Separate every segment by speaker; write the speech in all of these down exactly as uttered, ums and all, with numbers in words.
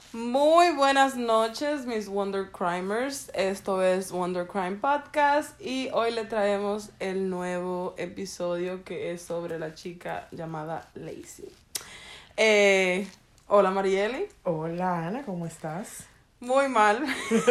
Speaker 1: Muy buenas noches, mis Wonder Crimers. Esto es Wonder Crime Podcast y hoy le traemos el nuevo episodio que es sobre la chica llamada Lacey. Eh, hola Marieli.
Speaker 2: Hola Ana, ¿cómo estás?
Speaker 1: Muy mal.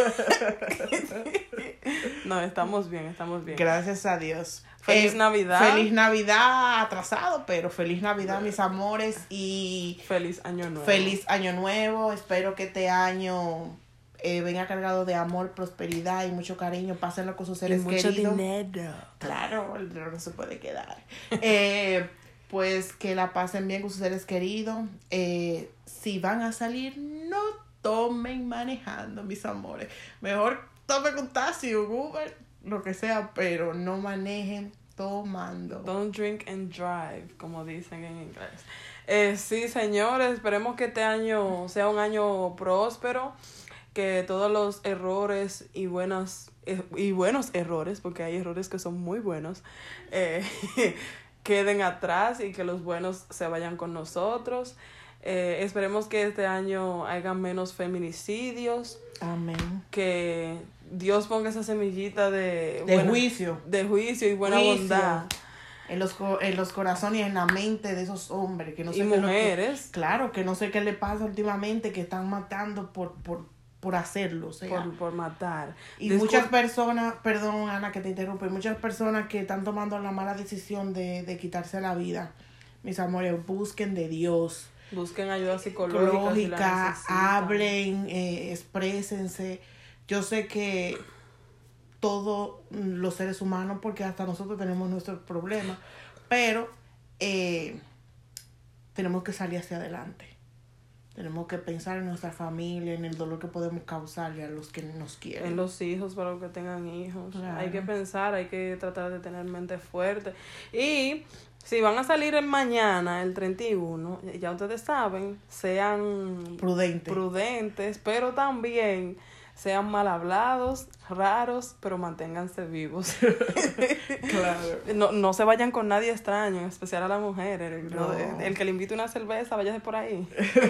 Speaker 1: No, estamos bien, estamos bien.
Speaker 2: Gracias a Dios.
Speaker 1: Feliz
Speaker 2: eh,
Speaker 1: Navidad.
Speaker 2: Feliz Navidad atrasado, pero feliz Navidad, mis amores, y
Speaker 1: Feliz Año Nuevo.
Speaker 2: Feliz Año Nuevo. Espero que este año eh, venga cargado de amor, prosperidad y mucho cariño. Pásenlo con sus seres
Speaker 1: y mucho
Speaker 2: queridos.
Speaker 1: dinero.
Speaker 2: Claro, el dinero no se puede quedar. eh, pues que la pasen bien con sus seres queridos. Eh, si van a salir, no tomen manejando, mis amores. Mejor tomen un taxi o Uber, lo que sea, pero no manejen tomando.
Speaker 1: Don't drink and drive, como dicen en inglés. Eh, sí, señores, esperemos que este año sea un año próspero, que todos los errores y buenas eh, y buenos errores, porque hay errores que son muy buenos, eh, queden atrás y que los buenos se vayan con nosotros. Eh, esperemos que este año haya menos feminicidios.
Speaker 2: Amén.
Speaker 1: Que Dios ponga esa semillita de...
Speaker 2: De
Speaker 1: buena,
Speaker 2: juicio.
Speaker 1: De juicio y buena
Speaker 2: Juicio.
Speaker 1: bondad.
Speaker 2: En los, en los corazones y en la mente de esos hombres. Que no sé
Speaker 1: Y
Speaker 2: qué es lo
Speaker 1: mujeres.
Speaker 2: que, claro, que no sé qué le pasa últimamente, que están matando por, por, por hacerlo. O sea,
Speaker 1: Por, por matar.
Speaker 2: y
Speaker 1: Discul-
Speaker 2: muchas personas, perdón Ana que te interrumpe, muchas personas que están tomando la mala decisión de, de quitarse la vida. Mis amores, busquen de Dios.
Speaker 1: Busquen ayuda psicológica. Si la
Speaker 2: Lógica,
Speaker 1: necesitan.
Speaker 2: hablen, eh, exprésense. Yo sé que todos los seres humanos, porque hasta nosotros tenemos nuestros problemas, pero eh, tenemos que salir hacia adelante. Tenemos que pensar en nuestra familia, en el dolor que podemos causarle a los que nos quieren.
Speaker 1: En los hijos, para los que tengan hijos.
Speaker 2: Claro.
Speaker 1: Hay que pensar, hay que tratar de tener mente fuerte. Y si van a salir el mañana, el treinta y uno, ya ustedes saben, sean
Speaker 2: Prudente.
Speaker 1: prudentes, pero también sean mal hablados, raros, pero manténganse vivos.
Speaker 2: Claro.
Speaker 1: No, no se vayan con nadie extraño, en especial a la mujer. El,
Speaker 2: No.
Speaker 1: el, el que le invite una cerveza, váyase por ahí.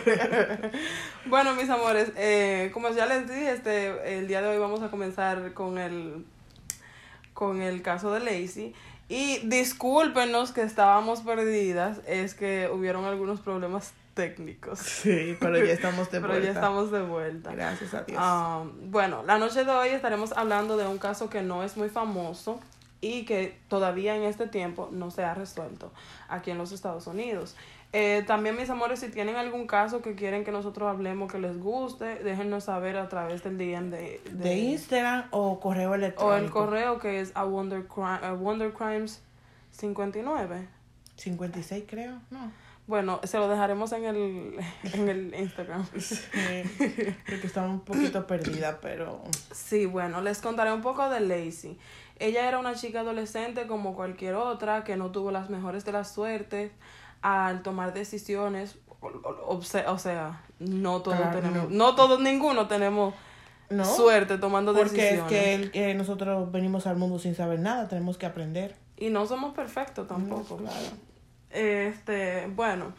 Speaker 1: Bueno, mis amores, eh, como ya les dije, este, el día de hoy vamos a comenzar con el, con el caso de Lacey. Y discúlpenos que estábamos perdidas, es que hubieron algunos problemas técnicos.
Speaker 2: Sí, pero ya estamos de
Speaker 1: Pero
Speaker 2: vuelta.
Speaker 1: ya estamos de vuelta.
Speaker 2: Gracias a Dios.
Speaker 1: Um, bueno, la noche de hoy estaremos hablando de un caso que no es muy famoso y que todavía en este tiempo no se ha resuelto aquí en los Estados Unidos. Eh, también, mis amores, si tienen algún caso que quieren que nosotros hablemos, que les guste, déjennos saber a través del D M de, de,
Speaker 2: de Instagram o correo electrónico.
Speaker 1: o el correo que es a Wonder, Crime, a Wonder Crimes cincuenta y nueve.
Speaker 2: cincuenta y seis creo, no.
Speaker 1: Bueno, se lo dejaremos en el, en el Instagram.
Speaker 2: Sí, porque estaba un poquito perdida, pero...
Speaker 1: Sí, bueno, les contaré un poco de Lacey. Ella era una chica adolescente como cualquier otra que no tuvo las mejores de las suertes al tomar decisiones. O, o, o sea, no todos
Speaker 2: Claro,
Speaker 1: tenemos,
Speaker 2: no.
Speaker 1: no todos, ninguno tenemos
Speaker 2: ¿No?
Speaker 1: suerte tomando
Speaker 2: Porque
Speaker 1: decisiones.
Speaker 2: es que, el, que nosotros venimos al mundo sin saber nada, tenemos que aprender.
Speaker 1: Y no somos perfectos tampoco.
Speaker 2: No, claro.
Speaker 1: Este, bueno,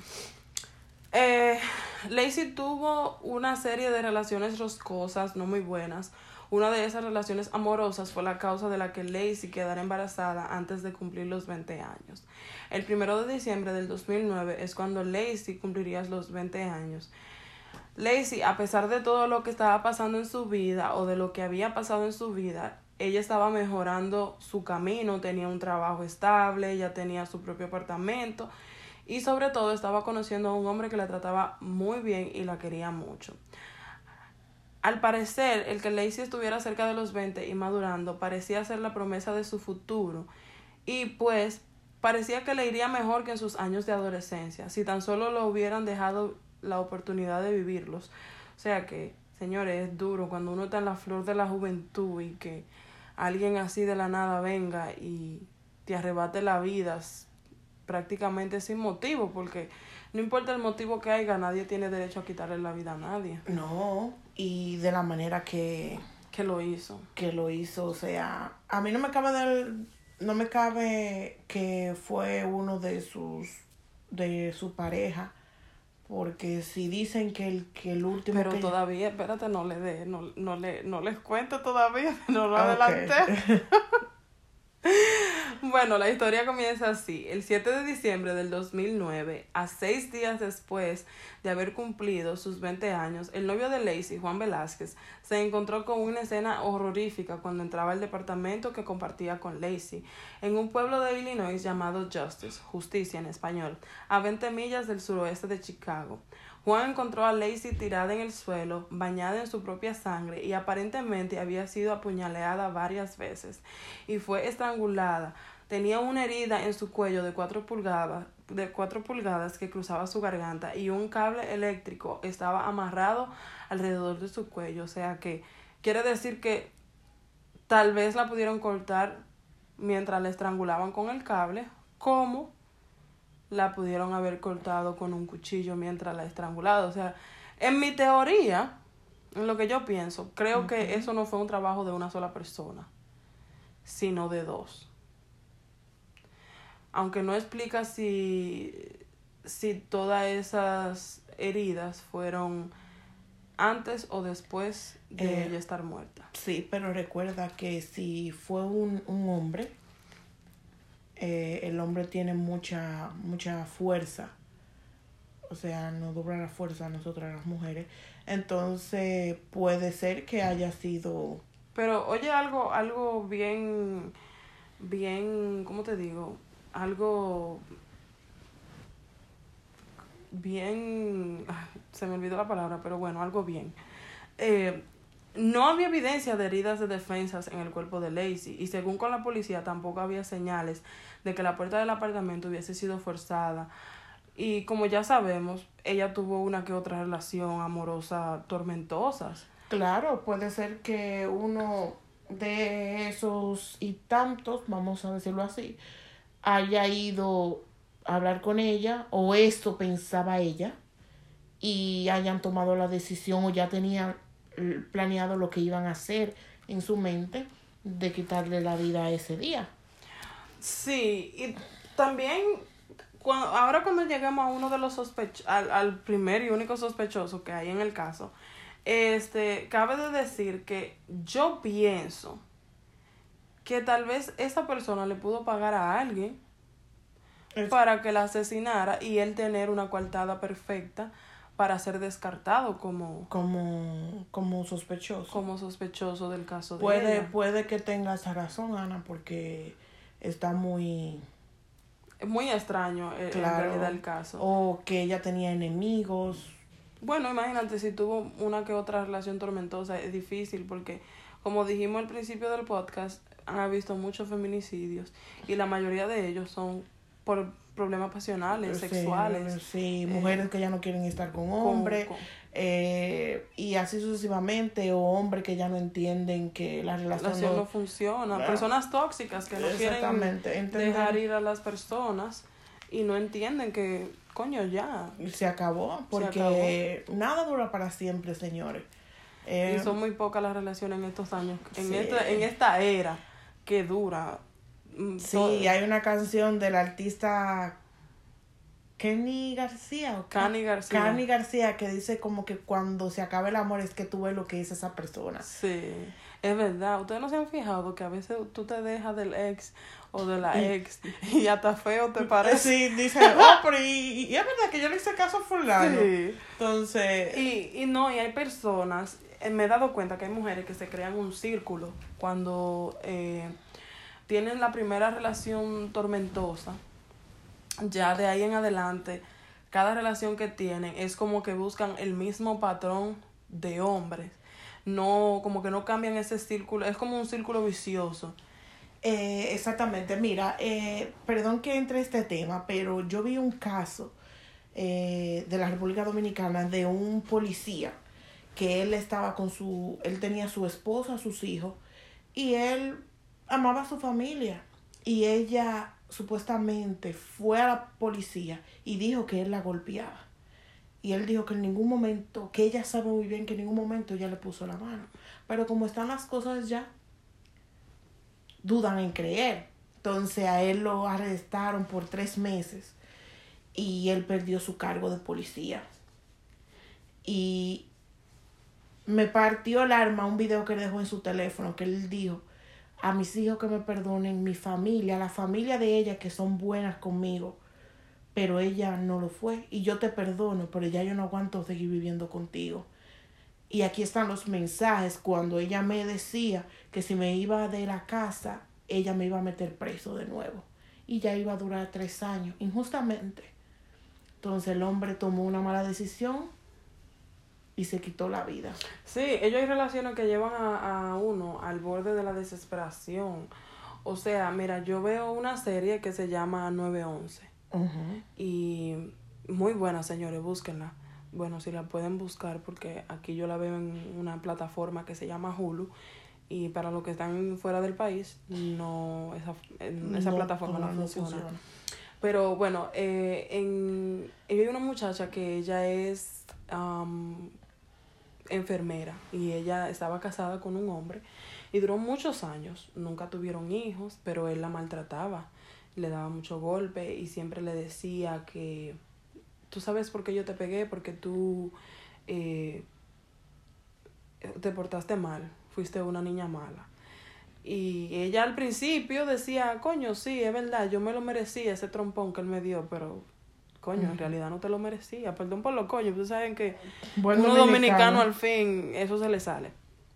Speaker 1: eh, Lacey tuvo una serie de relaciones roscosas, no muy buenas. Una de esas relaciones amorosas fue la causa de la que Lacey quedara embarazada antes de cumplir los veinte años. El primero de diciembre del dos mil nueve es cuando Lacey cumpliría los veinte años. Lacey, a pesar de todo lo que estaba pasando en su vida o de lo que había pasado en su vida, ella estaba mejorando su camino, tenía un trabajo estable, ella tenía su propio apartamento y sobre todo estaba conociendo a un hombre que la trataba muy bien y la quería mucho. Al parecer, el que Lacey estuviera cerca de los veinte y madurando parecía ser la promesa de su futuro y pues parecía que le iría mejor que en sus años de adolescencia, si tan solo lo hubieran dejado la oportunidad de vivirlos. O sea que, señores, es duro cuando uno está en la flor de la juventud y que alguien así de la nada venga y te arrebate la vida prácticamente sin motivo, porque no importa el motivo que haya, nadie tiene derecho a quitarle la vida a nadie.
Speaker 2: No, y de la manera que...
Speaker 1: Que lo hizo.
Speaker 2: Que lo hizo, o sea, a mí no me cabe del, no me cabe que fue uno de sus, de su pareja, Porque si dicen que el, que el último...
Speaker 1: Pero
Speaker 2: que...
Speaker 1: todavía, espérate, no le dé, no, no, le, no les cuento todavía, no lo
Speaker 2: Okay.
Speaker 1: adelanté. Bueno, la historia comienza así. El siete de diciembre del dos mil nueve, a seis días después de haber cumplido sus veinte años, el novio de Laci, Juan Velázquez, se encontró con una escena horrorífica cuando entraba al departamento que compartía con Laci, en un pueblo de Illinois llamado Justice, Justicia en español, a veinte millas del suroeste de Chicago. Juan encontró a Laci tirada en el suelo, bañada en su propia sangre y aparentemente había sido apuñaleada varias veces y fue estrangulada. Tenía una herida en su cuello de cuatro pulgadas, de cuatro pulgadas que cruzaba su garganta y un cable eléctrico estaba amarrado alrededor de su cuello. O sea que quiere decir que tal vez la pudieron cortar mientras la estrangulaban con el cable, como la pudieron haber cortado con un cuchillo mientras la estrangulaba. O sea, en mi teoría, en lo que yo pienso, creo uh-huh. que eso no fue un trabajo de una sola persona, sino de dos. Aunque no explica si, si todas esas heridas fueron antes o después de eh, ella estar muerta.
Speaker 2: Sí, pero recuerda que si fue un, un hombre, eh, el hombre tiene mucha, mucha fuerza. O sea, nos dobla la fuerza a nosotras las mujeres. Entonces puede ser que haya sido...
Speaker 1: Pero oye, algo, algo bien, bien, ¿cómo te digo? Algo bien, se me olvidó la palabra, pero bueno, algo bien. Eh, no había evidencia de heridas de defensas en el cuerpo de Laci y según con la policía tampoco había señales de que la puerta del apartamento hubiese sido forzada. Y como ya sabemos, ella tuvo una que otra relación amorosa tormentosas.
Speaker 2: Claro, puede ser que uno de esos y tantos, vamos a decirlo así, haya ido a hablar con ella, o esto pensaba ella, y hayan tomado la decisión o ya tenían planeado lo que iban a hacer en su mente de quitarle la vida ese día.
Speaker 1: Sí, y también cuando, ahora cuando llegamos a uno de los sospechosos, al, al primer y único sospechoso que hay en el caso, este, cabe de decir que yo pienso que tal vez esa persona le pudo pagar a alguien es... para que la asesinara y él tener una coartada perfecta para ser descartado como
Speaker 2: como como sospechoso
Speaker 1: como sospechoso del caso de
Speaker 2: puede
Speaker 1: ella.
Speaker 2: Puede que tenga esa razón, Ana, porque está muy
Speaker 1: muy extraño eh, claro, en realidad el caso,
Speaker 2: o que ella tenía enemigos.
Speaker 1: Bueno, imagínate, si tuvo una que otra relación tormentosa, es difícil porque, como dijimos al principio del podcast, han visto muchos feminicidios y la mayoría de ellos son por problemas pasionales, sí, sexuales.
Speaker 2: Sí, mujeres eh, que ya no quieren estar con hombres, con, con, eh, y así sucesivamente, o hombres que ya no entienden que la relación,
Speaker 1: la relación no,
Speaker 2: no
Speaker 1: funciona. Claro. Personas tóxicas que no quieren
Speaker 2: Entender.
Speaker 1: dejar ir a las personas y no entienden que, coño, ya.
Speaker 2: Se acabó, porque se acabó. Nada dura para siempre, señores.
Speaker 1: Eh, y son muy pocas las relaciones en estos años, en, sí. esta, en esta era que dura.
Speaker 2: Sí, todo. Hay una canción del artista Kenny García. ¿o
Speaker 1: Cani García.
Speaker 2: Cani García, que dice como que cuando se acaba el amor es que tú ves lo que es esa persona.
Speaker 1: Sí, es verdad. Ustedes no se han fijado que a veces tú te dejas del ex o de la ex y hasta feo te parece.
Speaker 2: Sí, dice, oh, pero y, y es verdad que yo le hice caso a fulano.
Speaker 1: Sí.
Speaker 2: Entonces...
Speaker 1: Y, y no, y hay personas, me he dado cuenta que hay mujeres que se crean un círculo cuando... Eh, tienen la primera relación tormentosa, ya de ahí en adelante, cada relación que tienen es como que buscan el mismo patrón de hombres. No, como que no cambian ese círculo, es como un círculo vicioso.
Speaker 2: Eh, exactamente, mira, eh, perdón que entre este tema, pero yo vi un caso eh, de la República Dominicana de un policía que él estaba con su, él tenía a su esposa, a sus hijos, y él amaba a su familia, y ella supuestamente fue a la policía y dijo que él la golpeaba, y él dijo que en ningún momento, que ella sabe muy bien que en ningún momento ella le puso la mano, pero como están las cosas ya, dudan en creer. Entonces a él lo arrestaron por tres meses y él perdió su cargo de policía. Y me partió el alma un video que dejó en su teléfono, que él dijo, a mis hijos que me perdonen, mi familia, la familia de ella que son buenas conmigo, pero ella no lo fue. Y yo te perdono, pero ya yo no aguanto seguir viviendo contigo. Y aquí están los mensajes cuando ella me decía que si me iba de la casa, ella me iba a meter preso de nuevo. Y ya iba a durar tres años, injustamente. Entonces el hombre tomó una mala decisión y se quitó la vida.
Speaker 1: Sí, ellos hay relaciones que llevan a, a uno al borde de la desesperación. O sea, mira, yo veo una serie que se llama nueve once. Uh-huh. Y muy buena, señores, búsquenla. Bueno, si la pueden buscar, porque aquí yo la veo en una plataforma que se llama Hulu. Y para los que están fuera del país, no esa, en esa no, plataforma no, no, funciona. no funciona. Pero bueno, eh, en, hay una muchacha que ella es um, enfermera y ella estaba casada con un hombre y duró muchos años. Nunca tuvieron hijos, pero él la maltrataba, le daba mucho golpe y siempre le decía que tú sabes por qué yo te pegué, porque tú eh, te portaste mal, fuiste una niña mala. Y ella al principio decía, coño, sí, es verdad, yo me lo merecía ese trompón que él me dio, pero coño, uh-huh. en realidad no te lo merecía. Perdón por los coños, ustedes saben que bueno, uno dominicano. dominicano al fin, eso se le sale.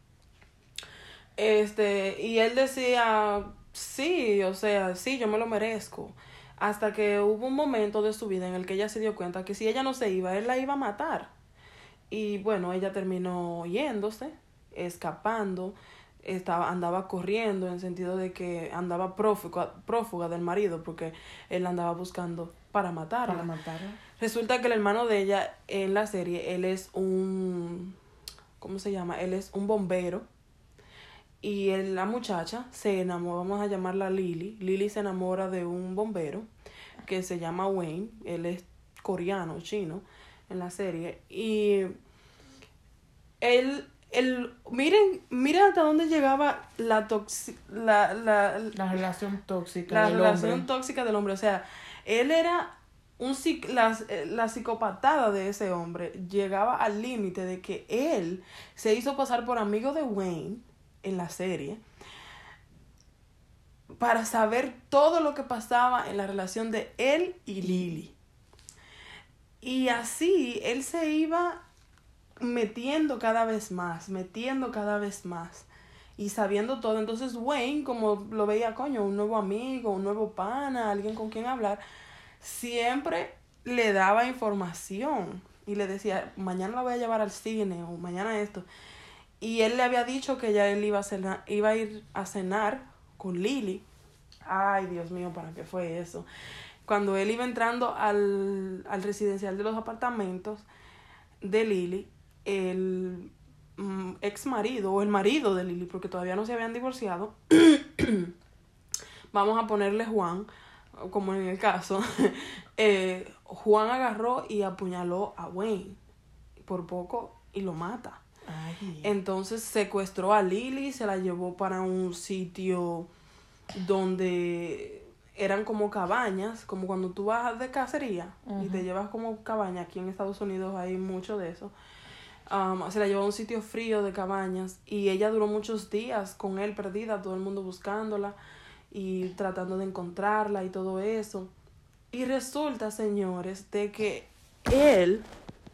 Speaker 1: Este, y él decía, sí, o sea, sí, yo me lo merezco. Hasta que hubo un momento de su vida en el que ella se dio cuenta que si ella no se iba, él la iba a matar. Y bueno, ella terminó yéndose, escapando, estaba andaba corriendo en el sentido de que andaba prófuga, prófuga del marido porque él andaba buscando para matarla.
Speaker 2: Para matarla.
Speaker 1: Resulta que el hermano de ella en la serie, él es un, ¿cómo se llama? Él es un bombero. Y él, la muchacha se enamora, vamos a llamarla Lily. Lily se enamora de un bombero que se llama Wayne. Él es coreano, chino, en la serie. Y él, él miren, miren hasta dónde llegaba la toxi, la, la,
Speaker 2: la relación tóxica
Speaker 1: la
Speaker 2: del
Speaker 1: relación
Speaker 2: hombre.
Speaker 1: tóxica del hombre. O sea, él era un la, la psicopatada de ese hombre llegaba al límite de que él se hizo pasar por amigo de Wayne en la serie para saber todo lo que pasaba en la relación de él y Lily. Y así él se iba metiendo cada vez más, metiendo cada vez más y sabiendo todo. Entonces Wayne, como lo veía, coño, un nuevo amigo, un nuevo pana, alguien con quien hablar, siempre le daba información y le decía, mañana la voy a llevar al cine o mañana esto. Y él le había dicho que ya él iba a, cenar, iba a ir a cenar con Lily. Ay, Dios mío, ¿para qué fue eso? Cuando él iba entrando al, al residencial de los apartamentos de Lily, el mm, ex marido o el marido de Lily, porque todavía no se habían divorciado, vamos a ponerle Juan, como en el caso, eh, Juan agarró y apuñaló a Wayne por poco y lo mata.
Speaker 2: Ay.
Speaker 1: Entonces secuestró a Lily, se la llevó para un sitio donde eran como cabañas, como cuando tú vas de cacería uh-huh. y te llevas como cabaña. Aquí en Estados Unidos hay mucho de eso. Um, se la llevó a un sitio frío de cabañas y ella duró muchos días con él perdida, todo el mundo buscándola y tratando de encontrarla y todo eso. Y resulta, señores, de que él,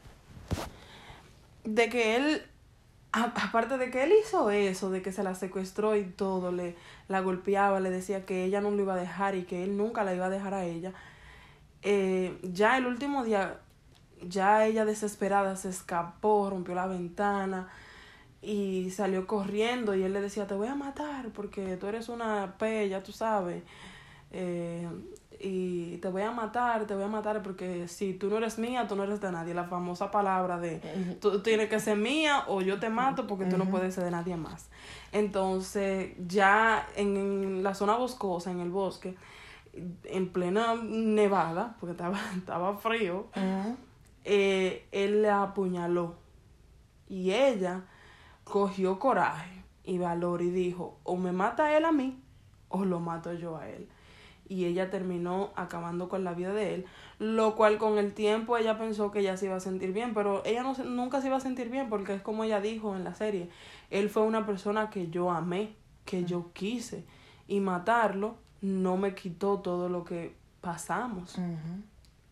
Speaker 1: de que él, a, aparte de que él hizo eso, de que se la secuestró y todo, le la golpeaba, le decía que ella no lo iba a dejar y que él nunca la iba a dejar a ella, eh, ya el último día, ya ella desesperada se escapó, rompió la ventana y salió corriendo y él le decía, te voy a matar porque tú eres una pella, tú sabes, eh, y te voy a matar, te voy a matar porque si tú no eres mía, tú no eres de nadie. La famosa palabra de tú tienes que ser mía o yo te mato porque tú no puedes ser de nadie más. Entonces ya en, en la zona boscosa, en el bosque, en plena nevada, porque estaba, estaba frío, uh-huh. eh, él la apuñaló y ella cogió coraje y valor y dijo, o me mata él a mí o lo mato yo a él. y ella terminó acabando con la vida de él, lo cual con el tiempo ella pensó que ella se iba a sentir bien, pero ella no, nunca se iba a sentir bien porque es como ella dijo en la serie, él fue una persona que yo amé, que yo quise, y matarlo no me quitó todo lo que pasamos.
Speaker 2: Uh-huh.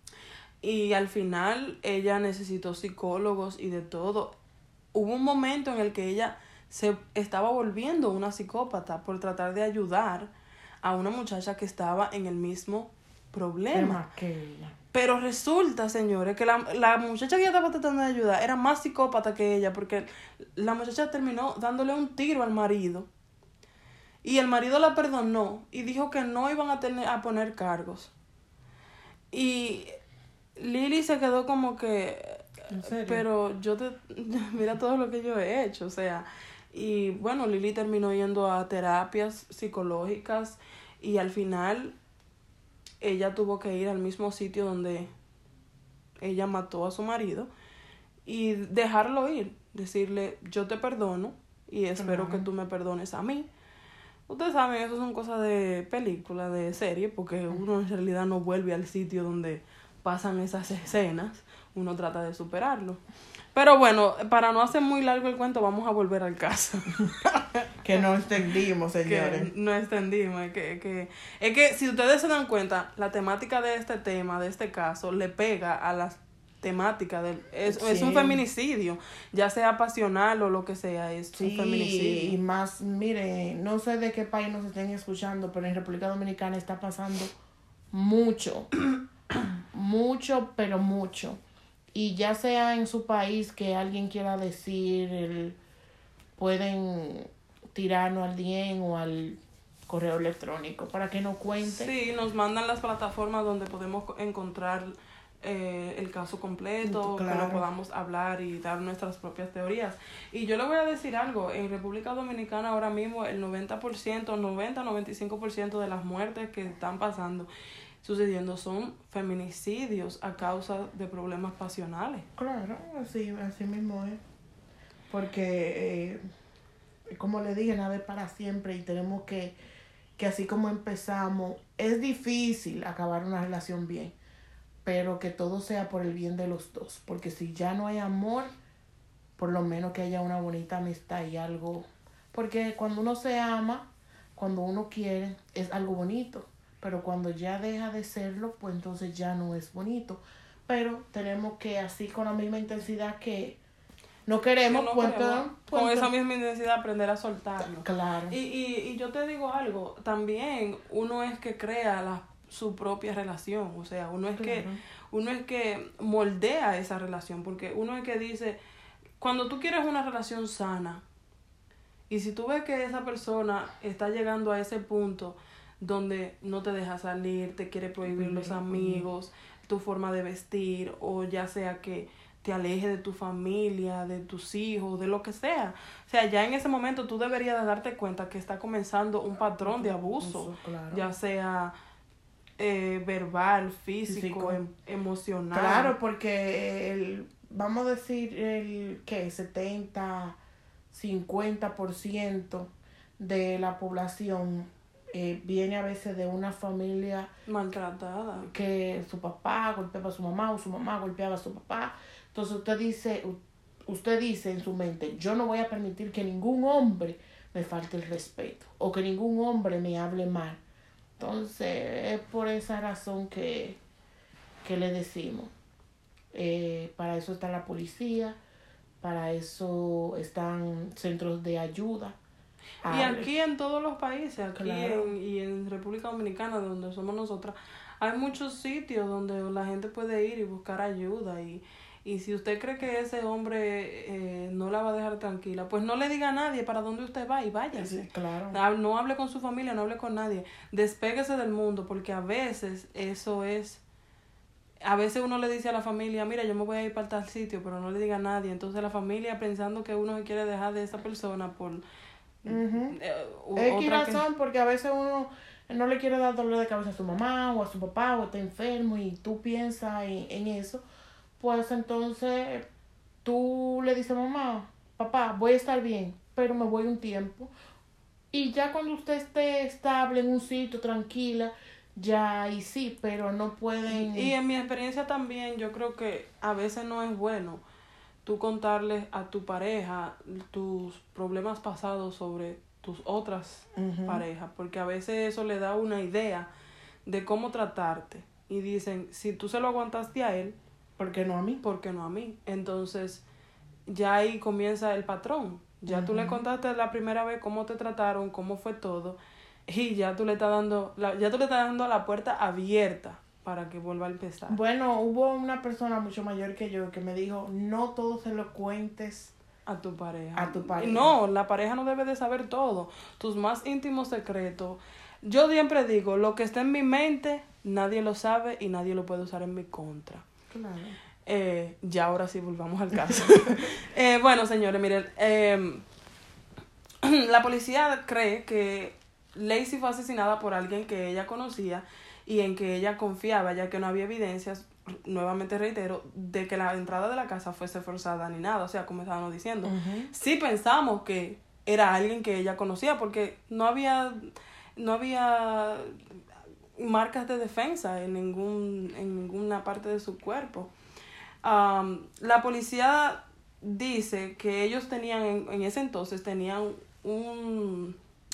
Speaker 1: Y al final ella necesitó psicólogos y de todo. Hubo un momento en el que ella se estaba volviendo una psicópata por tratar de ayudar a una muchacha que estaba en el mismo problema. Pero resulta, señores, que la, la muchacha que ella estaba tratando de ayudar era más psicópata que ella, porque la muchacha terminó dándole un tiro al marido. Y el marido la perdonó y dijo que no iban a tener a poner cargos. Y Lily se quedó como que,
Speaker 2: ¿en serio?
Speaker 1: pero yo te, mira todo lo que yo he hecho, o sea, y bueno, Lily terminó yendo a terapias psicológicas y al final ella tuvo que ir al mismo sitio donde ella mató a su marido y dejarlo ir, decirle, yo te perdono y espero uh-huh. que tú me perdones a mí. Ustedes saben, eso son cosas de película, de serie, porque uno en realidad no vuelve al sitio donde pasan esas escenas, uno trata de superarlo. Pero bueno, para no hacer muy largo el cuento, vamos a volver al caso.
Speaker 2: Que no extendimos, señores.
Speaker 1: Que no extendimos. Es que, que, es que si ustedes se dan cuenta, la temática de este tema, de este caso, le pega a las temáticas. Del, es, sí. es un feminicidio, ya sea pasional o lo que sea, es sí, un feminicidio.
Speaker 2: Y más, mire, no sé de qué país nos estén escuchando, pero en República Dominicana está pasando mucho. Mucho, pero mucho. Y ya sea en su país que alguien quiera decir, el, pueden tirarnos al D M o al correo electrónico para que nos cuente.
Speaker 1: Sí, nos mandan las plataformas donde podemos encontrar eh, el caso completo, claro. Que lo podamos hablar y dar nuestras propias teorías. Y yo le voy a decir algo, en República Dominicana ahora mismo el noventa por ciento, noventa a noventa y cinco por ciento de las muertes que están pasando sucediendo son feminicidios a causa de problemas pasionales.
Speaker 2: Claro, así, así mismo es. Porque, eh, como le dije, nada es para siempre y tenemos que, que así como empezamos, es difícil acabar una relación bien, pero que todo sea por el bien de los dos. Porque si ya no hay amor, por lo menos que haya una bonita amistad y algo. Porque cuando uno se ama, cuando uno quiere, es algo bonito. Pero cuando ya deja de serlo, pues entonces ya no es bonito. Pero tenemos que, así con la misma intensidad que no queremos,
Speaker 1: no
Speaker 2: pues,
Speaker 1: queremos
Speaker 2: pues,
Speaker 1: con
Speaker 2: pues,
Speaker 1: esa misma intensidad aprender a soltarlo.
Speaker 2: Claro.
Speaker 1: Y, y, y yo te digo algo, también uno es que crea la, su propia relación. O sea, uno es, claro. que, uno es que moldea esa relación. Porque uno es que dice, cuando tú quieres una relación sana, y si tú ves que esa persona está llegando a ese punto donde no te deja salir, te quiere prohibir los amigos, tu forma de vestir, o ya sea que te aleje de tu familia, de tus hijos, de lo que sea. O sea, ya en ese momento tú deberías de darte cuenta que está comenzando un patrón de abuso, claro. Ya sea eh, verbal, físico, físico. Em, emocional.
Speaker 2: Claro, porque el, vamos a decir el que setenta, cincuenta por ciento de la población Eh, viene a veces de una familia
Speaker 1: maltratada,
Speaker 2: que su papá golpeaba a su mamá o su mamá golpeaba a su papá. Entonces usted dice, usted dice en su mente, yo no voy a permitir que ningún hombre me falte el respeto o que ningún hombre me hable mal. Entonces es por esa razón que, que le decimos, eh, para eso está la policía, para eso están centros de ayuda.
Speaker 1: Y aquí en todos los países, aquí claro. en, y en República Dominicana, donde somos nosotras, hay muchos sitios donde la gente puede ir y buscar ayuda. Y, y si usted cree que ese hombre eh, no la va a dejar tranquila, pues no le diga a nadie para dónde usted va y váyase.
Speaker 2: Sí, claro.
Speaker 1: No hable con su familia, no hable con nadie. Despéguese del mundo, porque a veces eso es... A veces uno le dice a la familia, mira, yo me voy a ir para tal sitio, pero no le diga a nadie. Entonces la familia, pensando que uno se quiere dejar de esa persona por...
Speaker 2: Uh-huh. Eh, es razón que... porque a veces uno no le quiere dar dolor de cabeza a su mamá o a su papá o está enfermo y tú piensas en, en eso, pues entonces tú le dices, mamá, papá, voy a estar bien, pero me voy un tiempo. Y ya cuando usted esté estable en un sitio, tranquila, ya y sí, pero no pueden...
Speaker 1: Y en mi experiencia también yo creo que a veces no es bueno tú contarles a tu pareja tus problemas pasados sobre tus otras uh-huh. parejas, porque a veces eso le da una idea de cómo tratarte. Y dicen, si tú se lo aguantaste a él,
Speaker 2: ¿por qué no a mí?
Speaker 1: ¿Por qué no a mí? Entonces, ya ahí comienza el patrón. Ya uh-huh. tú le contaste la primera vez cómo te trataron, cómo fue todo, y ya tú le estás dando, la, ya tú le estás dando la puerta abierta para que vuelva a empezar.
Speaker 2: Bueno, hubo una persona mucho mayor que yo que me dijo, no todo se lo cuentes
Speaker 1: a tu pareja.
Speaker 2: A tu pareja.
Speaker 1: No, la pareja no debe de saber todo. Tus más íntimos secretos. Yo siempre digo, lo que está en mi mente, nadie lo sabe y nadie lo puede usar en mi contra.
Speaker 2: Claro.
Speaker 1: Eh, ya ahora sí volvamos al caso. eh, bueno, señores, miren, eh, la policía cree que Laci fue asesinada por alguien que ella conocía y en que ella confiaba, ya que no había evidencias, nuevamente reitero, de que la entrada de la casa fuese forzada ni nada. O sea, como estábamos diciendo, uh-huh. sí pensamos que era alguien que ella conocía porque no había no había marcas de defensa en ningún en ninguna parte de su cuerpo. Um, la policía dice que ellos tenían en, en ese entonces tenían un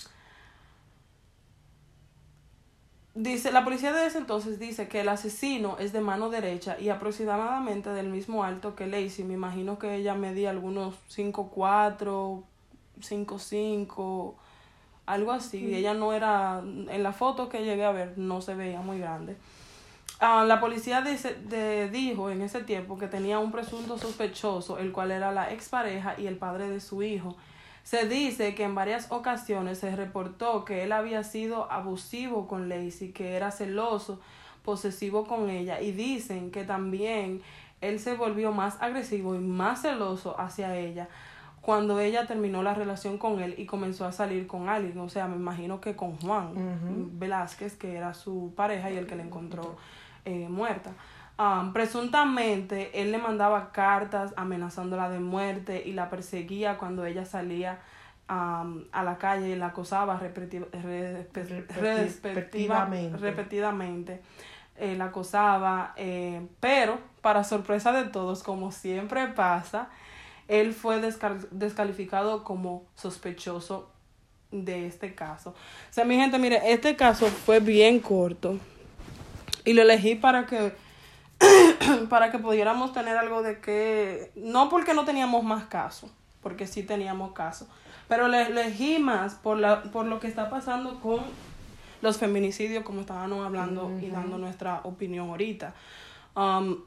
Speaker 1: Dice, la policía de ese entonces dice que el asesino es de mano derecha y aproximadamente del mismo alto que Laci. Me imagino que ella medía algunos cinco cuatro, cinco cinco, algo así. Mm. Ella no era, en la foto que llegué a ver, no se veía muy grande. Uh, la policía dice, de, dijo en ese tiempo que tenía un presunto sospechoso, el cual era la expareja y el padre de su hijo. Se dice que en varias ocasiones se reportó que él había sido abusivo con Laci, que era celoso, posesivo con ella, y dicen que también él se volvió más agresivo y más celoso hacia ella cuando ella terminó la relación con él y comenzó a salir con alguien. O sea, me imagino que con Juan uh-huh. Velázquez, que era su pareja y el que la encontró eh, muerta. Um, presuntamente él le mandaba cartas amenazándola de muerte y la perseguía cuando ella salía um, a la calle y la acosaba repeti- re- re- repetitivamente, repetidamente eh, la acosaba eh, pero para sorpresa de todos, como siempre pasa, él fue descal- descalificado como sospechoso de este caso. O sea, mi gente, mire, este caso fue bien corto y lo elegí para que para que pudiéramos tener algo de que, no porque no teníamos más casos, porque sí teníamos casos, pero le elegí más por la por lo que está pasando con los feminicidios, como estábamos hablando uh-huh. y dando nuestra opinión ahorita. Um,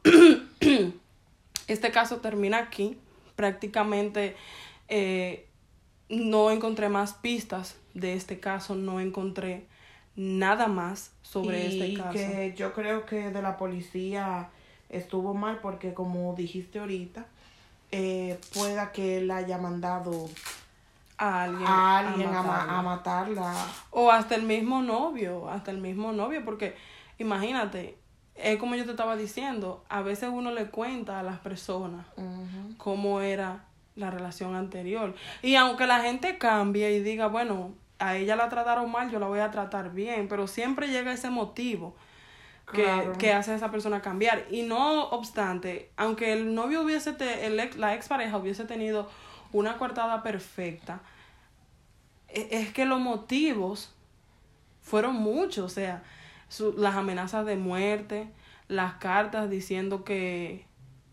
Speaker 1: este caso termina aquí. Prácticamente eh, no encontré más pistas de este caso, no encontré nada más sobre
Speaker 2: y,
Speaker 1: este caso.
Speaker 2: Y que yo creo que de la policía estuvo mal porque, como dijiste ahorita, eh, pueda que él haya mandado
Speaker 1: a alguien,
Speaker 2: a, alguien a, ma- a matarla.
Speaker 1: O hasta el mismo novio, hasta el mismo novio, porque imagínate, es como yo te estaba diciendo, a veces uno le cuenta a las personas uh-huh. cómo era la relación anterior. Y aunque la gente cambie y diga, bueno, a ella la trataron mal, yo la voy a tratar bien, pero siempre llega ese motivo que, claro. que hace a esa persona cambiar. Y no obstante, aunque el novio hubiese, te, el ex, la expareja hubiese tenido una coartada perfecta, es, es que los motivos fueron muchos. O sea, su, las amenazas de muerte, las cartas diciendo que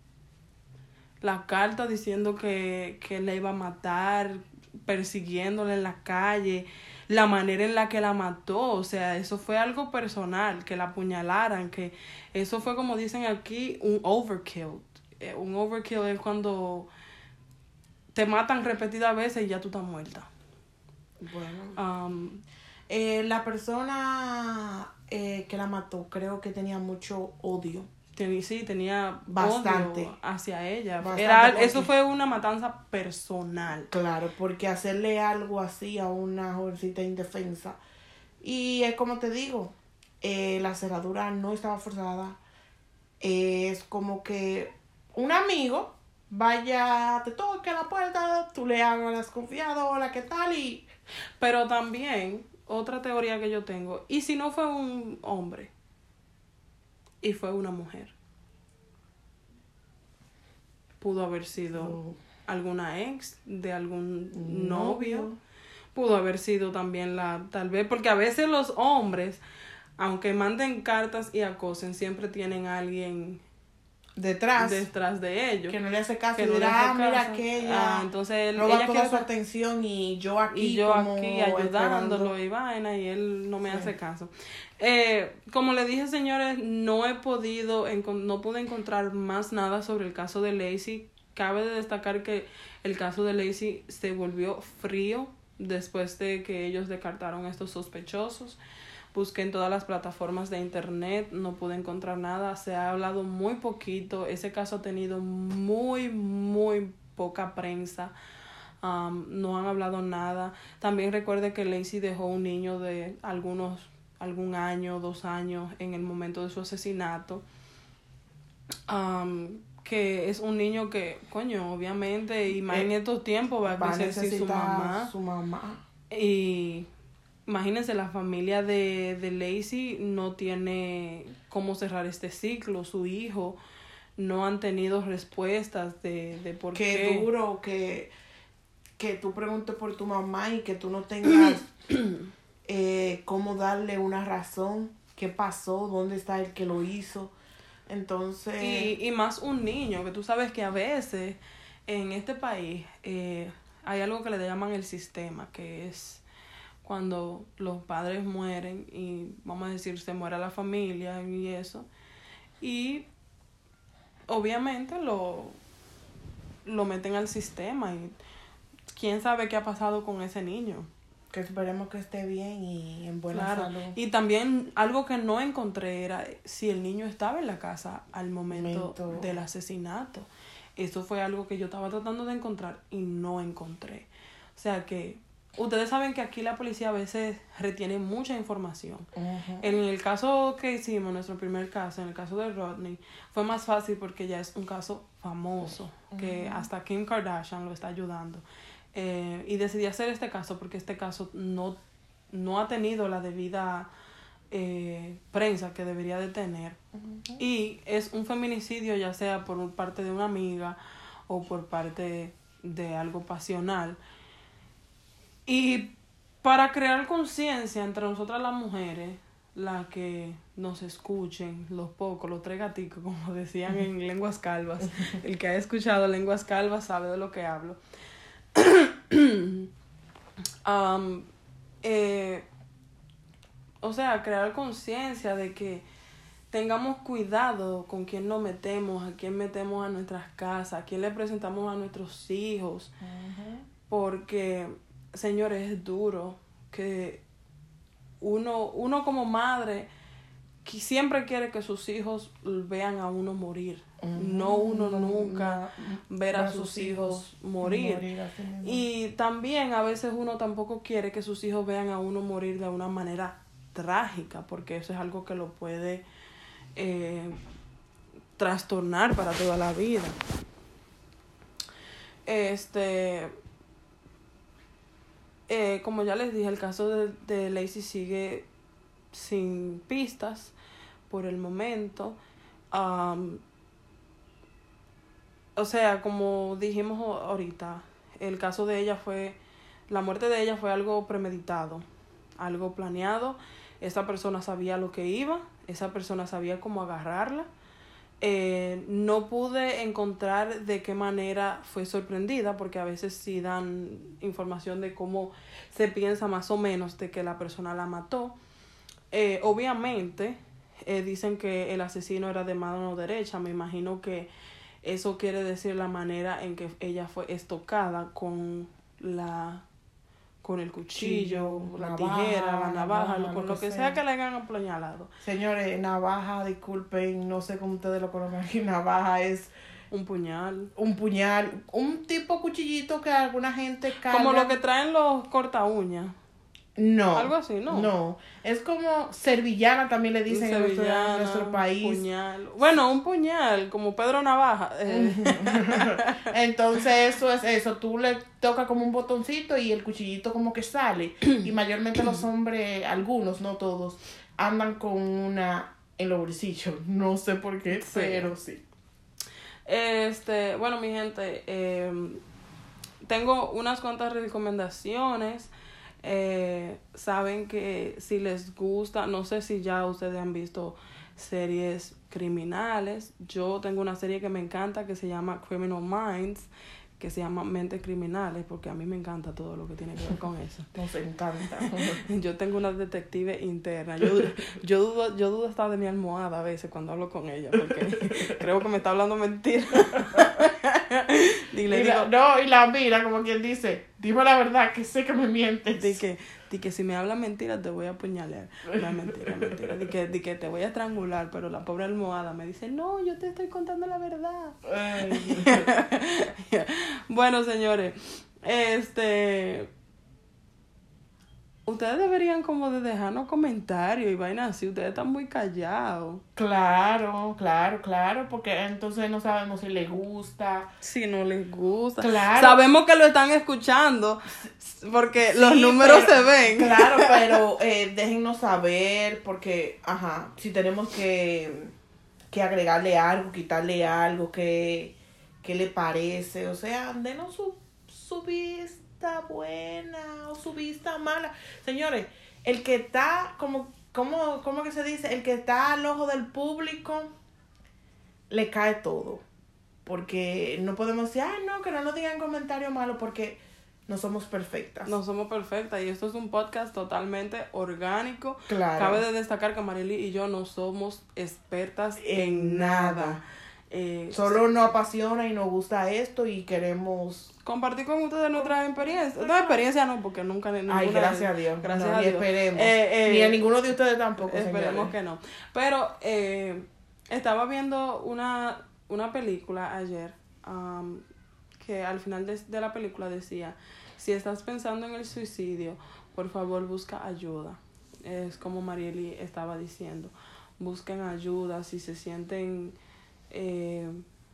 Speaker 1: las cartas diciendo que, que le iba a matar, persiguiéndole en la calle, la manera en la que la mató. O sea, eso fue algo personal, que la apuñalaran, que eso fue, como dicen aquí, un overkill. Eh, un overkill es cuando te matan repetidas veces y ya tú estás muerta.
Speaker 2: Bueno,
Speaker 1: um,
Speaker 2: eh, la persona eh, que la mató creo que tenía mucho odio.
Speaker 1: Ten, sí, tenía
Speaker 2: bastante
Speaker 1: odio hacia ella.
Speaker 2: Bastante.
Speaker 1: Era, eso fue una matanza personal.
Speaker 2: Claro, porque hacerle algo así a una jovencita indefensa. Y es como te digo, eh, la cerradura no estaba forzada. Eh, es como que un amigo vaya, te toque la puerta, tú le hagas desconfiado, hola, ¿qué tal? Y
Speaker 1: pero también otra teoría que yo tengo, ¿y si no fue un hombre y fue una mujer? Pudo haber sido oh. alguna ex de algún novio. novio. Pudo haber sido también la, tal vez, porque a veces los hombres, aunque manden cartas y acosen, siempre tienen a alguien
Speaker 2: detrás
Speaker 1: detrás de ellos
Speaker 2: que no le hace caso y dirá, ah, mira aquella,
Speaker 1: ah, entonces él,
Speaker 2: roba
Speaker 1: ella
Speaker 2: toda
Speaker 1: quiere
Speaker 2: su atención y yo aquí
Speaker 1: y yo
Speaker 2: como
Speaker 1: aquí ayudándolo
Speaker 2: esperando.
Speaker 1: Y vaina y él no me
Speaker 2: sí.
Speaker 1: hace caso. Eh, como le dije, señores, no he podido no pude encontrar más nada sobre el caso de Laci. Cabe de destacar que el caso de Laci se volvió frío después de que ellos descartaron a estos sospechosos. Busqué en todas las plataformas de internet, no pude encontrar nada, se ha hablado muy poquito, ese caso ha tenido muy, muy poca prensa, um, no han hablado nada. También recuerde que Laci dejó un niño de algunos, algún año, dos años en el momento de su asesinato, um, que es un niño que, coño, obviamente, y más eh, en estos tiempos va a crecer sin su mamá.
Speaker 2: su mamá.
Speaker 1: Y imagínense, la familia de, de Laci no tiene cómo cerrar este ciclo. Su hijo no han tenido respuestas de, de por qué.
Speaker 2: Qué duro que, que tú preguntes por tu mamá y que tú no tengas eh, cómo darle una razón. ¿Qué pasó? ¿Dónde está el que lo hizo? Entonces...
Speaker 1: Y, y más un niño, que tú sabes que a veces en este país eh, hay algo que le llaman el sistema, que es cuando los padres mueren y, vamos a decir, se muere la familia y eso, y obviamente lo, lo meten al sistema y quién sabe qué ha pasado con ese niño.
Speaker 2: Que esperemos que esté bien y en buena
Speaker 1: claro.
Speaker 2: salud.
Speaker 1: Y también algo que no encontré era si el niño estaba en la casa al momento, momento. del asesinato. Eso fue algo que yo estaba tratando de encontrar y no encontré. O sea que ustedes saben que aquí la policía a veces retiene mucha información. Uh-huh. En el caso que hicimos, nuestro primer caso, en el caso de Rodney, fue más fácil porque ya es un caso famoso, uh-huh. que hasta Kim Kardashian lo está ayudando. Eh, y decidí hacer este caso porque este caso no, no ha tenido la debida eh, prensa que debería de tener. Uh-huh. Y es un feminicidio, ya sea por parte de una amiga o por parte de algo pasional. Y para crear conciencia entre nosotras las mujeres, las que nos escuchen, los pocos, los tres gaticos, como decían en Lenguas Calvas, el que ha escuchado Lenguas Calvas sabe de lo que hablo. um, eh, o sea, crear conciencia de que tengamos cuidado con quién nos metemos, a quién metemos a nuestras casas, a quién le presentamos a nuestros hijos. Uh-huh. Porque, señores, es duro que uno, uno como madre que siempre quiere que sus hijos vean a uno morir. Uh-huh. No uno no, nunca no, ver a sus hijos, hijos morir. morir y también a veces uno tampoco quiere que sus hijos vean a uno morir de una manera trágica, porque eso es algo que lo puede eh, trastornar para toda la vida. Este, eh, como ya les dije, el caso de, de Laci sigue sin pistas por el momento. Um, o sea, como dijimos ahorita, el caso de ella fue, la muerte de ella fue algo premeditado, algo planeado. Esa persona sabía lo que iba, esa persona sabía cómo agarrarla. Eh, no pude encontrar de qué manera fue sorprendida, porque a veces sí dan información de cómo se piensa más o menos de que la persona la mató. Eh, obviamente, eh, dicen que el asesino era de mano derecha. Me imagino que eso quiere decir la manera en que ella fue estocada con la con el cuchillo, Chillo, la navaja, tijera, la navaja, navaja con lo, lo que sea. sea que le hayan apuñalado.
Speaker 2: Señores, navaja, disculpen, no sé cómo ustedes lo conocen aquí, navaja es
Speaker 1: un puñal.
Speaker 2: Un puñal, un tipo cuchillito que alguna gente carga.
Speaker 1: Como lo que traen los corta uñas.
Speaker 2: No.
Speaker 1: Algo así, ¿no?
Speaker 2: No. Es como sevillana también le dicen en nuestro, en nuestro país.
Speaker 1: Puñal. Bueno, un puñal, como Pedro Navaja. Eh.
Speaker 2: Entonces eso es eso. Tú le tocas como un botoncito y el cuchillito como que sale. Y mayormente los hombres, algunos, no todos, andan con una en los bolsillos. No sé por qué, sí. Pero sí.
Speaker 1: Este, bueno, mi gente, eh, tengo unas cuantas recomendaciones. Eh, saben que si les gusta, no sé si ya ustedes han visto series criminales. Yo tengo una serie que me encanta que se llama Criminal Minds, que se llama Mentes Criminales, porque a mí me encanta todo lo que tiene que ver con eso.
Speaker 2: Nos encanta.
Speaker 1: Yo tengo una detective interna. Yo, yo dudo, yo dudo hasta de mi almohada a veces cuando hablo con ella, porque creo que me está hablando mentira. y le
Speaker 2: y
Speaker 1: digo,
Speaker 2: la, no, y la mira como quien dice, dime la verdad, que sé que me mientes.
Speaker 1: Di que, di que si me hablas mentira te voy a apuñalar. No es mentira, es mentira. Di que, di que te voy a estrangular, pero la pobre almohada me dice, no, yo te estoy contando la verdad. Bueno, señores, este... ustedes deberían como de dejarnos comentarios y vainas así. Ustedes están muy callados.
Speaker 2: Claro, claro, claro, porque entonces no sabemos si les gusta.
Speaker 1: Si no les gusta.
Speaker 2: Claro.
Speaker 1: Sabemos que lo están escuchando porque
Speaker 2: Sí,
Speaker 1: los números
Speaker 2: pero,
Speaker 1: se ven.
Speaker 2: Claro, pero eh, déjennos saber porque, ajá, si tenemos que, que agregarle algo, quitarle algo, que, que le parece. O sea, denos su, su vista buena o su vista mala. Señores, el que está, como, como, ¿cómo que se dice? El que está al ojo del público, le cae todo. Porque no podemos decir, ah, no, que no nos digan comentarios malos porque no somos perfectas.
Speaker 1: No somos perfectas y esto es un podcast totalmente orgánico.
Speaker 2: Claro.
Speaker 1: Cabe de destacar que Marieli y yo no somos expertas en,
Speaker 2: en
Speaker 1: nada.
Speaker 2: nada.
Speaker 1: Eh,
Speaker 2: Solo nos apasiona y nos gusta esto y queremos
Speaker 1: compartir con ustedes nuestras experiencias. No, experiencia no, porque nunca...
Speaker 2: Ay, gracias a Dios.
Speaker 1: Gracias
Speaker 2: no,
Speaker 1: a
Speaker 2: ni
Speaker 1: Dios.
Speaker 2: esperemos.
Speaker 1: Eh, eh,
Speaker 2: ni a ninguno de ustedes tampoco,
Speaker 1: Esperemos
Speaker 2: señores.
Speaker 1: que no. Pero eh, estaba viendo una, una película ayer um, que al final de, de la película decía, si estás pensando en el suicidio, por favor busca ayuda. Es como Marieli estaba diciendo. Busquen ayuda si se sienten... Eh,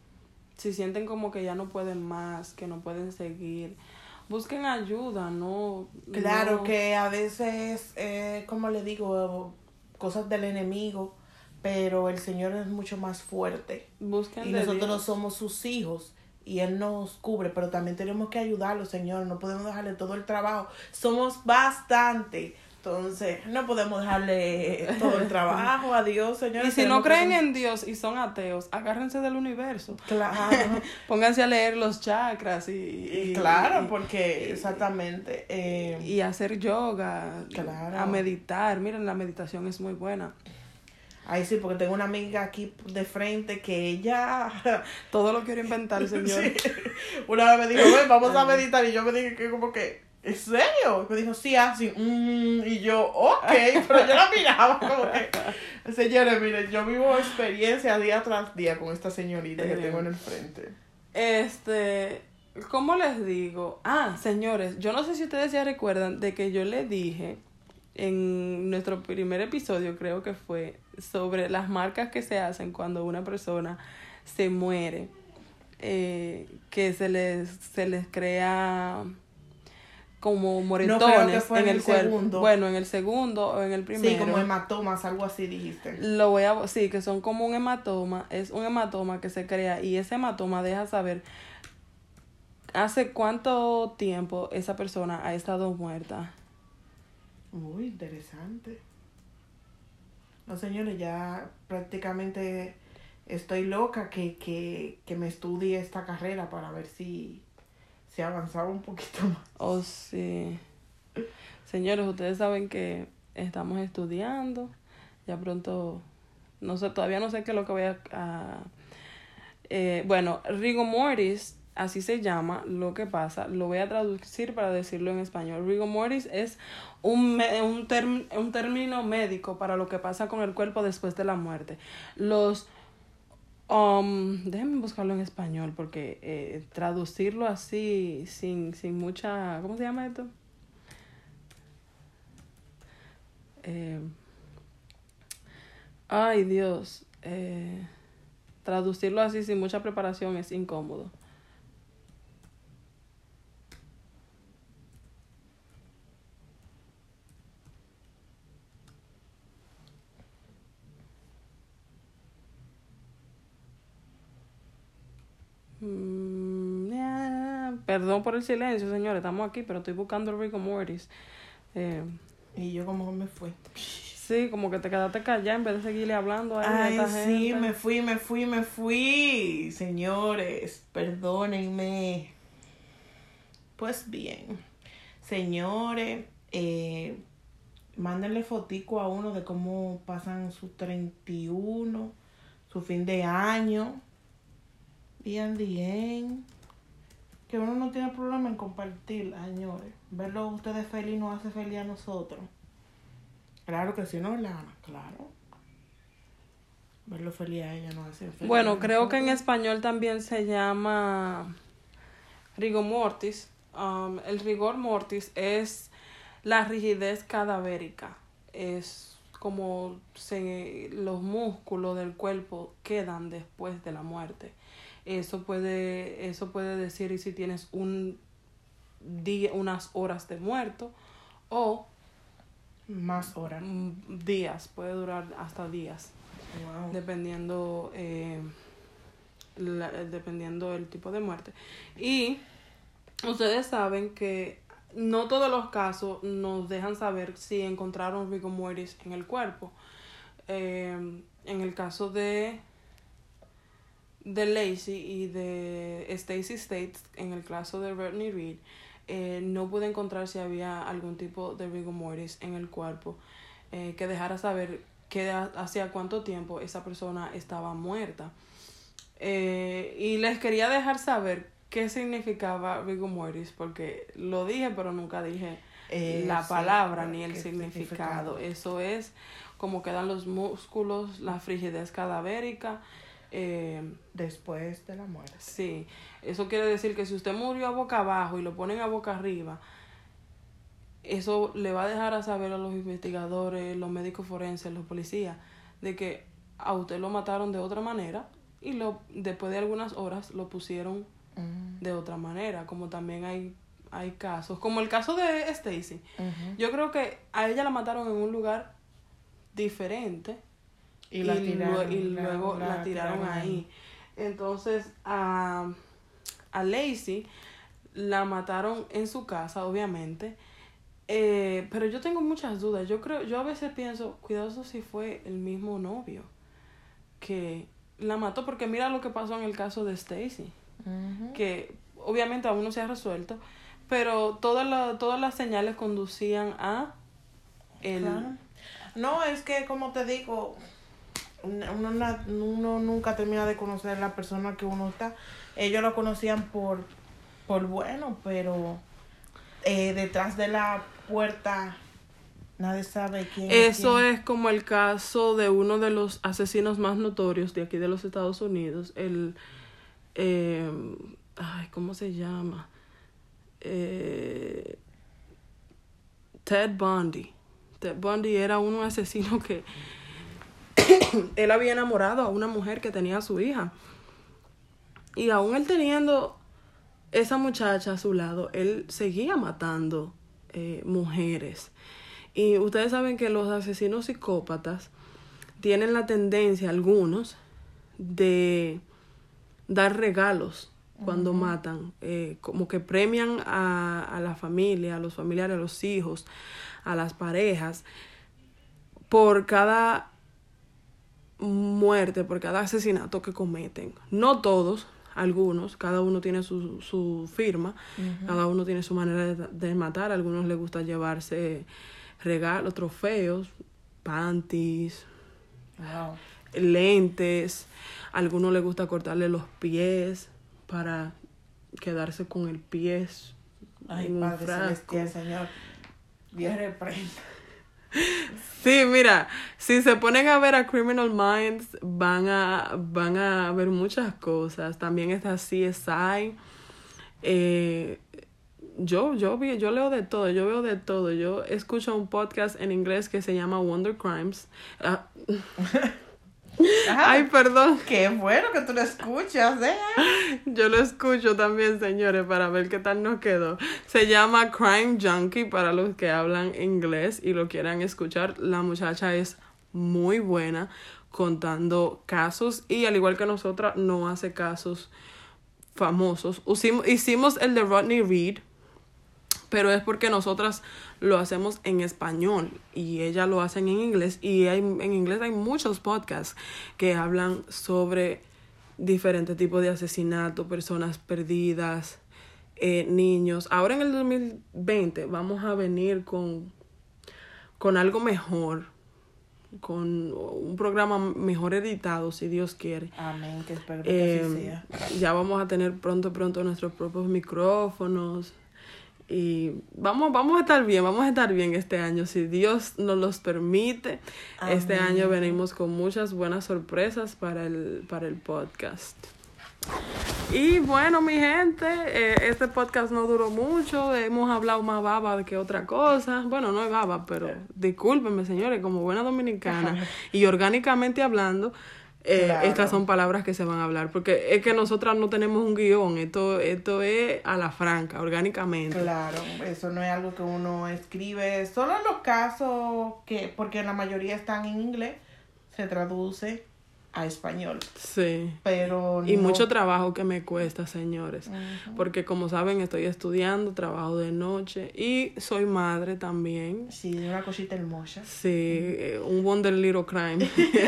Speaker 1: si sienten como que ya no pueden más, que no pueden seguir, busquen ayuda, no...
Speaker 2: Claro
Speaker 1: no,
Speaker 2: que a veces, eh, como le digo, cosas del enemigo, pero el Señor es mucho más fuerte.
Speaker 1: busquen
Speaker 2: Y
Speaker 1: de
Speaker 2: nosotros
Speaker 1: Dios.
Speaker 2: somos sus hijos y Él nos cubre, pero también tenemos que ayudarlo, Señor. No podemos dejarle todo el trabajo. Somos bastante. Entonces, no podemos dejarle todo el trabajo a Dios, Señor.
Speaker 1: Y si no creen en Dios y son ateos, agárrense del universo.
Speaker 2: Claro.
Speaker 1: Pónganse a leer los chakras y...
Speaker 2: y
Speaker 1: y
Speaker 2: claro,
Speaker 1: y,
Speaker 2: porque
Speaker 1: y,
Speaker 2: exactamente. Eh,
Speaker 1: y hacer yoga,
Speaker 2: claro.
Speaker 1: a meditar. Miren, la meditación es muy buena.
Speaker 2: Ay, sí, porque tengo una amiga aquí de frente que ella...
Speaker 1: Todo lo quiero inventar, señor.
Speaker 2: Sí. Una vez me dijo, ven, vamos a meditar. Y yo me dije que como que... ¿En serio? Me dijo, sí, así, mm, y yo, ok, pero yo la miraba como que, señores, miren, yo vivo experiencia día tras día con esta señorita que tengo en el frente.
Speaker 1: Este, ¿cómo les digo? Ah, señores, yo no sé si ustedes ya recuerdan de que yo les dije en nuestro primer episodio, creo que fue, sobre las marcas que se hacen cuando una persona se muere, eh, que se les, se les crea... como moretones
Speaker 2: no, creo que fue
Speaker 1: en,
Speaker 2: en
Speaker 1: el,
Speaker 2: el
Speaker 1: cuerpo.
Speaker 2: segundo.
Speaker 1: Bueno, en el segundo o en el primero.
Speaker 2: Sí, como hematomas, algo así dijiste.
Speaker 1: Lo voy a, sí, que son como un hematoma, es un hematoma que se crea y ese hematoma deja saber hace cuánto tiempo esa persona ha estado muerta.
Speaker 2: Muy interesante. No, señores, ya prácticamente estoy loca que, que, que me estudie esta carrera para ver si... se avanzaba un poquito más.
Speaker 1: Oh, sí. Señores, ustedes saben que estamos estudiando. Ya pronto, no sé, todavía no sé qué es lo que voy a... a eh, bueno, rigor mortis, así se llama lo que pasa. Lo voy a traducir para decirlo en español. Rigor mortis es un, me, un, term, un término médico para lo que pasa con el cuerpo después de la muerte. Los... Um, déjenme buscarlo en español porque eh, traducirlo así sin, sin mucha... ¿Cómo se llama esto? Eh, ay, Dios. Eh, traducirlo así sin mucha preparación es incómodo. Mm, yeah. Perdón por el silencio, señores. Estamos aquí, pero estoy buscando el Rigor Mortis. Eh,
Speaker 2: y yo como que me fui.
Speaker 1: Sí, como que te quedaste callada en vez de seguirle hablando a
Speaker 2: Ay,
Speaker 1: esta
Speaker 2: sí,
Speaker 1: gente.
Speaker 2: me fui, me fui, me fui. Señores, perdónenme. Pues bien, señores, eh, mándenle fotico a uno de cómo pasan sus treinta y uno, su fin de año. Bien, bien. Que uno no tiene problema en compartir, señores. Verlo a ustedes feliz nos hace feliz a nosotros. Claro que sí, ¿no, Lana? Claro. Verlo feliz a ella nos hace feliz.
Speaker 1: Bueno, creo que en español también se llama rigor mortis. Um, el rigor mortis es la rigidez cadavérica. Es como se, los músculos del cuerpo quedan después de la muerte. Eso puede, eso puede decir si tienes un día, unas horas de muerto o
Speaker 2: más horas.
Speaker 1: Días, puede durar hasta días.
Speaker 2: Wow.
Speaker 1: Dependiendo eh, la, dependiendo del tipo de muerte. Y ustedes saben que no todos los casos nos dejan saber si encontraron rigor mortis en el cuerpo. Eh, en el caso de de Lacey y de Stacey States, en el caso de Rodney Reed, eh, no pude encontrar si había algún tipo de rigor mortis en el cuerpo eh, que dejara saber que hacía cuánto tiempo esa persona estaba muerta. Eh, y les quería dejar saber qué significaba rigor mortis, porque lo dije, pero nunca dije eh, la palabra sí, ni el significado. significado. Eso es como quedan los músculos, la frigidez cadavérica. Eh,
Speaker 2: Después de la muerte.
Speaker 1: Sí, eso quiere decir que si usted murió a boca abajo y lo ponen a boca arriba, eso le va a dejar a saber a los investigadores, los médicos forenses, los policías, de que a usted lo mataron de otra manera y lo después de algunas horas lo pusieron uh-huh. de otra manera, como también hay hay casos, como el caso de Stacey. Uh-huh. Yo creo que a ella la mataron en un lugar diferente. Y, la tiraron, y luego la, la, la tiraron, tiraron ahí. ahí. Entonces, a, a Lacey la mataron en su casa, obviamente. Eh, pero yo tengo muchas dudas. Yo creo, yo a veces pienso, cuidado si fue el mismo novio que la mató, porque mira lo que pasó en el caso de Stacey. Uh-huh. Que obviamente aún no se ha resuelto, pero todas la, todas las señales conducían a el...
Speaker 2: Claro. No, es que como te digo... Uno, uno nunca termina de conocer a la persona que uno está. Ellos lo conocían por por bueno, pero eh, detrás de la puerta nadie sabe quién
Speaker 1: Eso
Speaker 2: es quién.
Speaker 1: Es como el caso de uno de los asesinos más notorios de aquí de los Estados Unidos, el eh, ay, ¿cómo se llama? Eh, Ted Bundy. Ted Bundy era un asesino que él había enamorado a una mujer que tenía a su hija. Y aún él teniendo esa muchacha a su lado, él seguía matando eh, mujeres. Y ustedes saben que los asesinos psicópatas tienen la tendencia, algunos, de dar regalos cuando uh-huh. matan. Eh, como que premian a, a la familia, a los familiares, a los hijos, a las parejas, por cada muerte, por cada asesinato que cometen. No todos, algunos, cada uno tiene su, su firma, uh-huh. cada uno tiene su manera de, de matar. A algunos les gusta llevarse regalos, trofeos, panties,
Speaker 2: wow.
Speaker 1: lentes. A algunos les gusta cortarle los pies para quedarse con el pie
Speaker 2: Ay, en un frasco. Señor, Dios reprenda.
Speaker 1: Sí, mira, si se ponen a ver a Criminal Minds, van a van a ver muchas cosas. También está C S I. Eh, yo, yo, vi, yo leo de todo, yo veo de todo. Yo escucho un podcast en inglés que se llama Wonder Crimes. Uh,
Speaker 2: Ajá.
Speaker 1: Ay, perdón.
Speaker 2: Qué bueno que tú lo escuchas, ¿eh?
Speaker 1: Yo lo escucho también, señores, para ver qué tal nos quedó. Se llama Crime Junkie para los que hablan inglés y lo quieran escuchar. La muchacha es muy buena contando casos y al igual que nosotras no hace casos famosos. Hicimos, hicimos el de Rodney Reed, pero es porque nosotras lo hacemos en español y ella lo hace en inglés y hay, en inglés hay muchos podcasts que hablan sobre diferentes tipos de asesinatos, personas perdidas, eh, niños. Ahora en el dos mil veinte vamos a venir con, con algo mejor, con un programa mejor editado, si Dios quiere.
Speaker 2: Amén, que espero que
Speaker 1: Eh,
Speaker 2: así sea.
Speaker 1: ya vamos a tener pronto, pronto nuestros propios micrófonos. Y vamos, vamos a estar bien, vamos a estar bien este año, si Dios nos los permite. Amén. Este año venimos con muchas buenas sorpresas para el, para el podcast. Y bueno, mi gente, eh, este podcast no duró mucho, hemos hablado más baba que otra cosa. Bueno, no es baba, pero discúlpenme, señores, como buena dominicana y orgánicamente hablando, Eh, claro. Estas son palabras que se van a hablar, porque es que nosotras no tenemos un guión, esto esto es a la franca, orgánicamente.
Speaker 2: Claro, eso no es algo que uno escribe, solo en los casos que, porque la mayoría están en inglés, se traduce a español.
Speaker 1: Sí.
Speaker 2: Pero
Speaker 1: y
Speaker 2: no...
Speaker 1: mucho trabajo que me cuesta, señores,
Speaker 2: uh-huh.
Speaker 1: porque como saben estoy estudiando, trabajo de noche y soy madre también.
Speaker 2: Sí, de una cosita hermosa.
Speaker 1: Sí, uh-huh. Un Wonder Little Crime.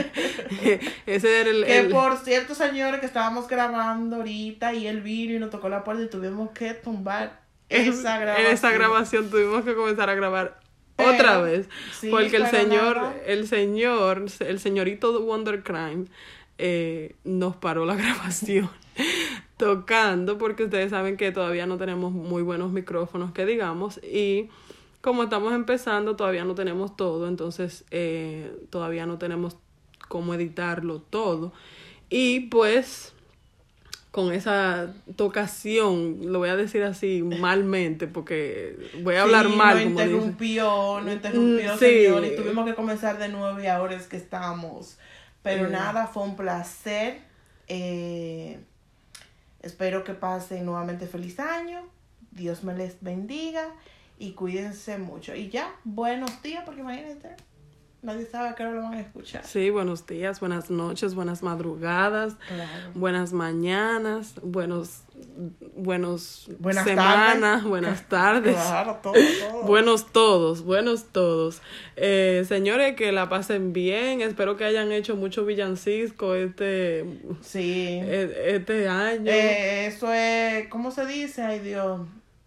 Speaker 1: Ese era el...
Speaker 2: Que
Speaker 1: el...
Speaker 2: por cierto, señores, que estábamos grabando ahorita y él vino y nos tocó la puerta y tuvimos que tumbar esa grabación.
Speaker 1: En esa grabación tuvimos que comenzar a grabar Pero, otra vez, sí, porque el señor, nada. el señor, el señorito de Wonder Crime eh, nos paró la grabación tocando, porque ustedes saben que todavía no tenemos muy buenos micrófonos, que digamos, y como estamos empezando todavía no tenemos todo, entonces eh, todavía no tenemos cómo editarlo todo, y pues con esa tocación, lo voy a decir así malmente, porque voy a hablar
Speaker 2: sí,
Speaker 1: mal.
Speaker 2: No
Speaker 1: como
Speaker 2: interrumpió,
Speaker 1: dice.
Speaker 2: no interrumpió,
Speaker 1: sí.
Speaker 2: señor, y tuvimos que comenzar de nuevo y ahora es que estamos. Pero
Speaker 1: eh.
Speaker 2: nada, fue un placer. Eh, espero que pasen nuevamente feliz año. Dios me les bendiga y cuídense mucho. Y ya, buenos días, porque imagínate, nadie sabe a qué hora lo van a escuchar.
Speaker 1: Sí, buenos días, buenas noches, buenas madrugadas,
Speaker 2: claro.
Speaker 1: buenas mañanas, buenos, buenos
Speaker 2: buenas
Speaker 1: semanas,
Speaker 2: tardes.
Speaker 1: buenas tardes.
Speaker 2: Claro, todo, todo.
Speaker 1: Buenos todos, buenos todos. Eh, señores, que la pasen bien. Espero que hayan hecho mucho villancico este,
Speaker 2: sí.
Speaker 1: este año.
Speaker 2: Eh, eso es, ¿cómo se dice? Ay, Dios.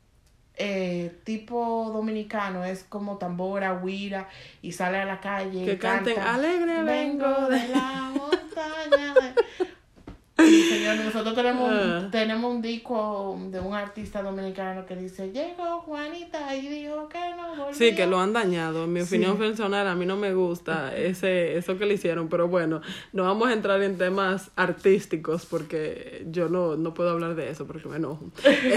Speaker 2: Eh, tipo dominicano, es como tambora, guira, y sale a la calle
Speaker 1: que
Speaker 2: y
Speaker 1: canten
Speaker 2: canta,
Speaker 1: alegre vengo
Speaker 2: de la montaña de... Y señor, nosotros tenemos
Speaker 1: uh.
Speaker 2: un, tenemos un disco de un artista dominicano que dice llegó Juanita y dijo que no volvía.
Speaker 1: Sí, que lo han dañado. En mi
Speaker 2: sí.
Speaker 1: opinión personal, a mí no me gusta ese eso que le hicieron, pero bueno, no vamos a entrar en temas artísticos porque yo no, no puedo hablar de eso porque me enojo.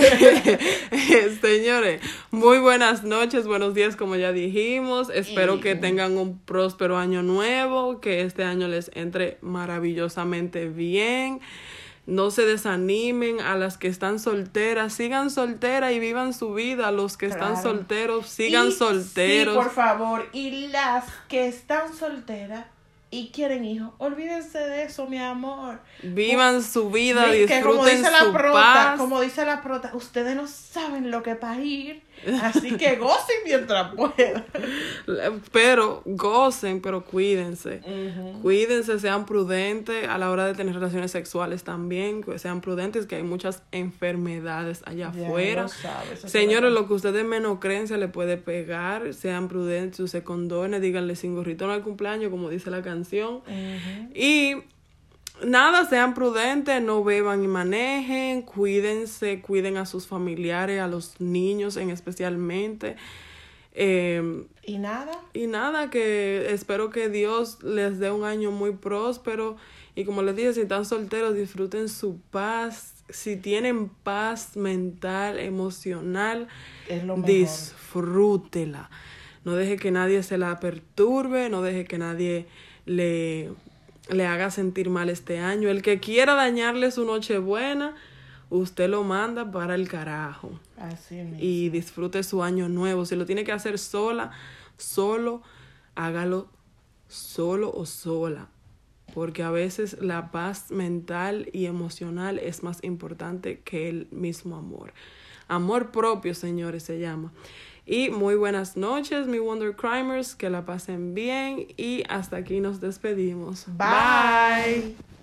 Speaker 1: Señores, muy buenas noches, buenos días, como ya dijimos. Espero y... que tengan un próspero año nuevo, que este año les entre maravillosamente bien. No se desanimen, a las que están solteras, sigan solteras y vivan su vida. Los que claro. están solteros, sigan
Speaker 2: y,
Speaker 1: solteros.
Speaker 2: Sí, por favor. Y las que están solteras y quieren hijos, olvídense de eso, mi amor.
Speaker 1: Vivan su vida,
Speaker 2: que
Speaker 1: disfruten
Speaker 2: como dice
Speaker 1: su
Speaker 2: la prota,
Speaker 1: paz.
Speaker 2: Como dice la prota, ustedes no saben lo que es parir, así que gocen mientras puedan.
Speaker 1: Pero gocen, pero cuídense.
Speaker 2: Uh-huh.
Speaker 1: Cuídense, sean prudentes a la hora de tener relaciones sexuales también. Sean prudentes, que hay muchas enfermedades allá
Speaker 2: ya
Speaker 1: afuera.
Speaker 2: Lo sabes,
Speaker 1: Señores, lo que ustedes menos creen se le puede pegar. Sean prudentes, usen condones, díganle sin gorrito no al cumpleaños, como dice la canción.
Speaker 2: Uh-huh.
Speaker 1: Y nada, sean prudentes, no beban y manejen, cuídense, cuiden a sus familiares, a los niños en especialmente. Eh,
Speaker 2: ¿Y nada?
Speaker 1: Y nada, que espero que Dios les dé un año muy próspero. Y como les dije, si están solteros, disfruten su paz si tienen paz mental, emocional,
Speaker 2: Es lo mejor.
Speaker 1: disfrútela. No deje que nadie se la perturbe, no deje que nadie le, le haga sentir mal este año. El que quiera dañarle su Nochebuena, usted lo manda para el carajo.
Speaker 2: Así mismo.
Speaker 1: Y disfrute su año nuevo. Si lo tiene que hacer sola, solo, hágalo solo o sola. Porque a veces la paz mental y emocional es más importante que el mismo amor. Amor propio, señores, se llama. Y muy buenas noches, mi Wonder Crimers. Que la pasen bien. Y hasta aquí nos despedimos.
Speaker 2: Bye. Bye.